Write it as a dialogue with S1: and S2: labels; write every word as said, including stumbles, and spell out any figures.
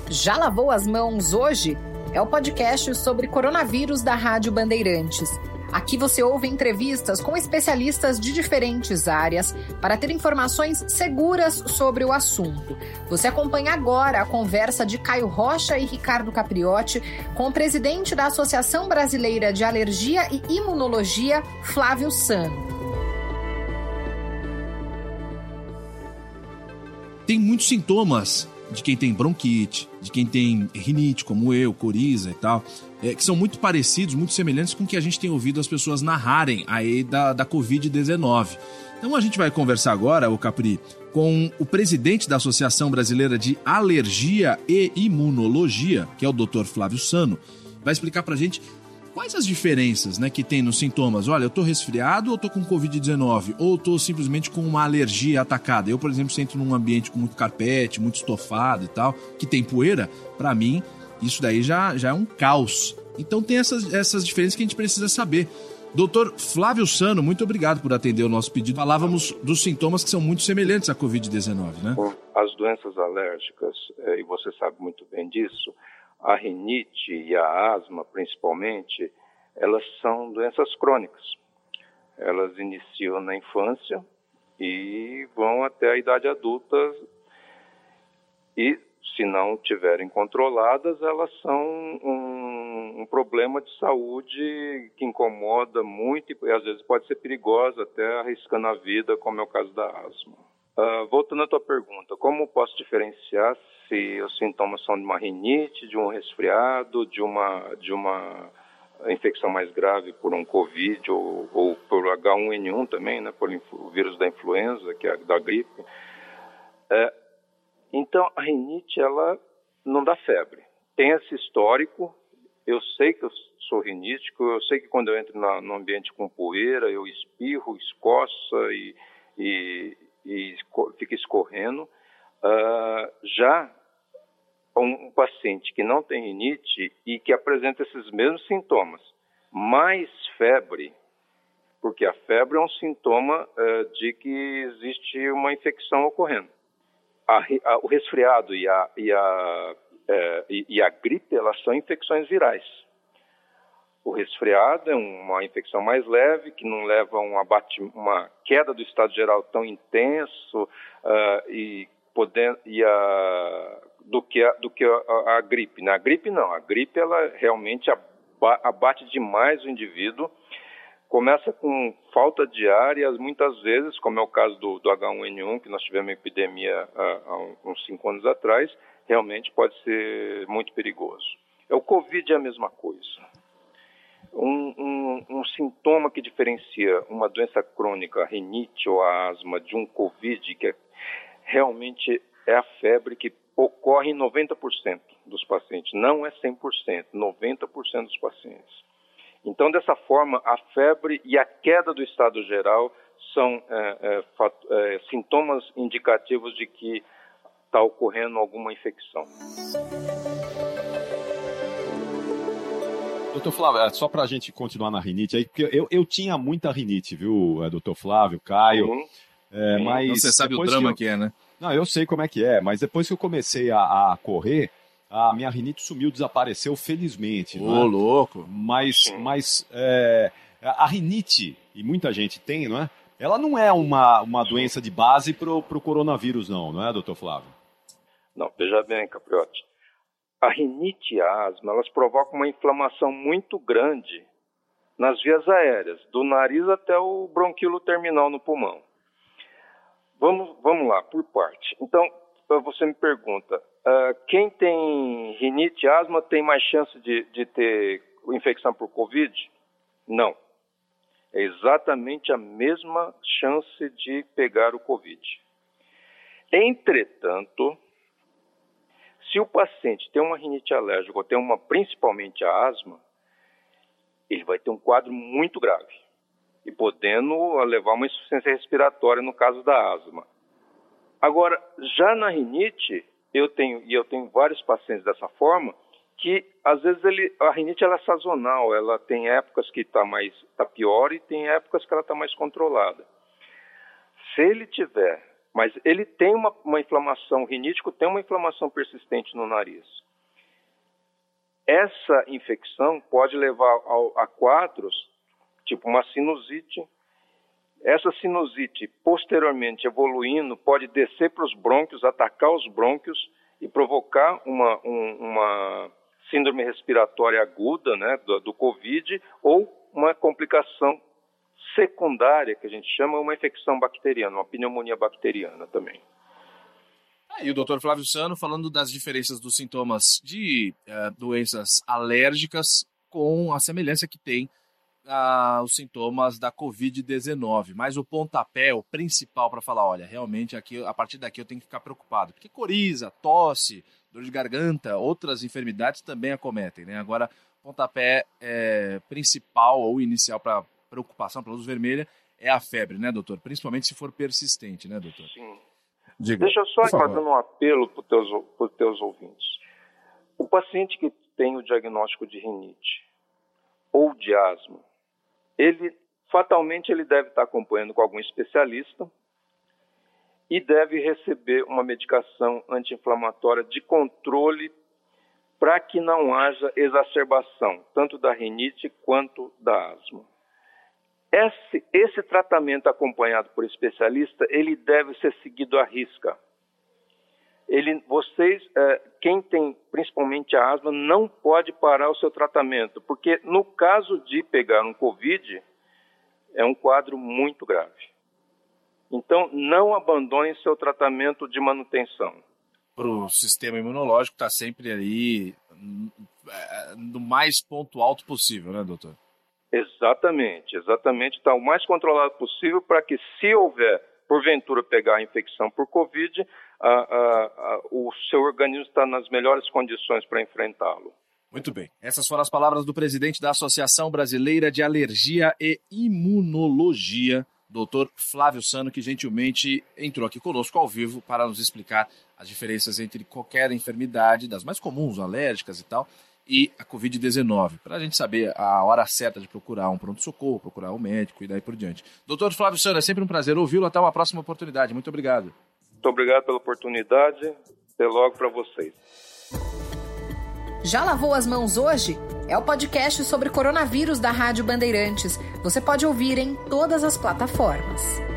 S1: Já lavou as mãos hoje? É o podcast sobre coronavírus da Rádio Bandeirantes. Aqui você ouve entrevistas com especialistas de diferentes áreas para ter informações seguras sobre o assunto. Você acompanha agora a conversa de Caio Rocha e Ricardo Capriotti com o presidente da Associação Brasileira de Alergia e Imunologia, Flávio Sano.
S2: Tem muitos sintomas de quem tem bronquite, de quem tem rinite, como eu, coriza e tal, é, que são muito parecidos, muito semelhantes com o que a gente tem ouvido as pessoas narrarem aí da, da covid dezenove. Então a gente vai conversar agora, o Capri, com o presidente da Associação Brasileira de Alergia e Imunologia, que é o doutor Flávio Sano, vai explicar pra gente quais as diferenças, né, que tem nos sintomas. Olha, eu tô resfriado ou tô com covid dezenove? Ou tô simplesmente com uma alergia atacada? Eu, por exemplo, se entro num ambiente com muito carpete, muito estofado e tal, que tem poeira, pra mim, isso daí já, já é um caos. Então tem essas, essas diferenças que a gente precisa saber. doutor Flávio Sano, muito obrigado por atender o nosso pedido. Falávamos dos sintomas que são muito semelhantes à covid dezenove, né?
S3: As doenças alérgicas, e você sabe muito bem disso, a rinite e a asma, principalmente, elas são doenças crônicas. Elas iniciam na infância e vão até a idade adulta e, se não tiverem controladas, elas são um, um problema de saúde que incomoda muito e, às vezes, pode ser perigosa, até arriscando a vida, como é o caso da asma. Uh, voltando à tua pergunta, como posso diferenciar se os sintomas são de uma rinite, de um resfriado, de uma, de uma infecção mais grave por um Covid ou, ou por agá um ene um também, né, por o vírus da influenza, que é da gripe. É, então, a rinite, ela não dá febre. Tem esse histórico, eu sei que eu sou rinítico, eu sei que quando eu entro na, no ambiente com poeira, eu espirro, escoça e... e e fica escorrendo. Uh, já um, um paciente que não tem rinite e que apresenta esses mesmos sintomas, mais febre, porque a febre é um sintoma uh, de que existe uma infecção ocorrendo. A, a, o resfriado e a, e, a, uh, e, e a gripe, elas são infecções virais. O resfriado é uma infecção mais leve, que não leva a uma, uma queda do estado geral tão intenso uh, e podendo, e a, do que, a, do que a, a gripe. Na gripe, não. A gripe, ela realmente abate demais o indivíduo. Começa com falta de ar e, muitas vezes, como é o caso do, do agá um ene um, que nós tivemos uma epidemia uh, há uns cinco anos atrás, realmente pode ser muito perigoso. O Covid é a mesma coisa. Um, um, um sintoma que diferencia uma doença crônica, a rinite ou a asma, de um Covid, que é, realmente é a febre que ocorre em noventa por cento dos pacientes. Não é cem por cento, noventa por cento dos pacientes. Então, dessa forma, a febre e a queda do estado geral são é, é, fato, é, sintomas indicativos de que está ocorrendo alguma infecção.
S4: Doutor Flávio, só para a gente continuar na rinite aí, porque eu, eu tinha muita rinite, viu, doutor Flávio, Caio,
S3: uhum.
S4: é, mas...
S2: Você sabe o drama que, eu... que é, né?
S4: Não, eu sei como é que é, mas depois que eu comecei a, a correr, a minha rinite sumiu, desapareceu, felizmente.
S2: Ô,
S4: é?
S2: louco!
S4: Mas, mas é, a rinite, e muita gente tem, não é? Ela não é uma, uma doença de base para o coronavírus, não, não é, doutor Flávio?
S3: Não, veja bem, Capriotti. A rinite e a asma, elas provocam uma inflamação muito grande nas vias aéreas, do nariz até o bronquíolo terminal no pulmão. Vamos, vamos lá, por parte. Então, você me pergunta, uh, quem tem rinite e asma tem mais chance de, de ter infecção por Covid? Não. É exatamente a mesma chance de pegar o Covid. Entretanto, se o paciente tem uma rinite alérgica ou tem uma, principalmente a asma, ele vai ter um quadro muito grave e podendo levar a uma insuficiência respiratória no caso da asma. Agora, já na rinite, eu tenho, e eu tenho vários pacientes dessa forma, que às vezes ele, a rinite ela é sazonal, ela tem épocas que está mais tá pior e tem épocas que ela está mais controlada. Se ele tiver Mas ele tem uma, uma inflamação, o rinítico tem uma inflamação persistente no nariz. Essa infecção pode levar ao, a quadros, tipo uma sinusite. Essa sinusite, posteriormente evoluindo, pode descer para os brônquios, atacar os brônquios e provocar uma, um, uma síndrome respiratória aguda, né, do, do Covid, ou uma complicação secundária, que a gente chama uma infecção bacteriana, uma pneumonia bacteriana também.
S2: E o doutor Flávio Sano falando das diferenças dos sintomas de uh, doenças alérgicas com a semelhança que tem uh, os sintomas da covid dezenove. Mas o pontapé, o principal para falar, olha, realmente aqui, a partir daqui eu tenho que ficar preocupado. Porque coriza, tosse, dor de garganta, outras enfermidades também acometem, né? Agora, o pontapé é, principal ou inicial para preocupação, para luz vermelha, é a febre, né, doutor? Principalmente se for persistente, né, doutor?
S3: Sim.
S2: Diga,
S3: Deixa eu só fazer um apelo para os teus, pros teus ouvintes. O paciente que tem o diagnóstico de rinite ou de asma, ele fatalmente ele deve estar acompanhando com algum especialista e deve receber uma medicação anti-inflamatória de controle para que não haja exacerbação, tanto da rinite quanto da asma. Esse, esse tratamento acompanhado por especialista, ele deve ser seguido à risca. Ele, vocês, é, quem tem principalmente a asma, não pode parar o seu tratamento, porque no caso de pegar um Covid, é um quadro muito grave. Então, não abandone seu tratamento de manutenção.
S2: Para o sistema imunológico está sempre ali no mais ponto alto possível, né, doutor?
S3: Exatamente, exatamente. Está o mais controlado possível para que, se houver, porventura, pegar a infecção por Covid, a, a, a, o seu organismo está nas melhores condições para enfrentá-lo.
S2: Muito bem. Essas foram as palavras do presidente da Associação Brasileira de Alergia e Imunologia, doutor Flávio Sano, que gentilmente entrou aqui conosco ao vivo para nos explicar as diferenças entre qualquer enfermidade, das mais comuns, alérgicas e tal, e a covid dezenove, para a gente saber a hora certa de procurar um pronto-socorro, procurar um médico e daí por diante. doutor Flávio Sano, é sempre um prazer ouvi-lo. Até uma próxima oportunidade. Muito obrigado.
S3: Muito obrigado pela oportunidade. Até logo para vocês.
S1: Já lavou as mãos hoje? É o podcast sobre coronavírus da Rádio Bandeirantes. Você pode ouvir em todas as plataformas.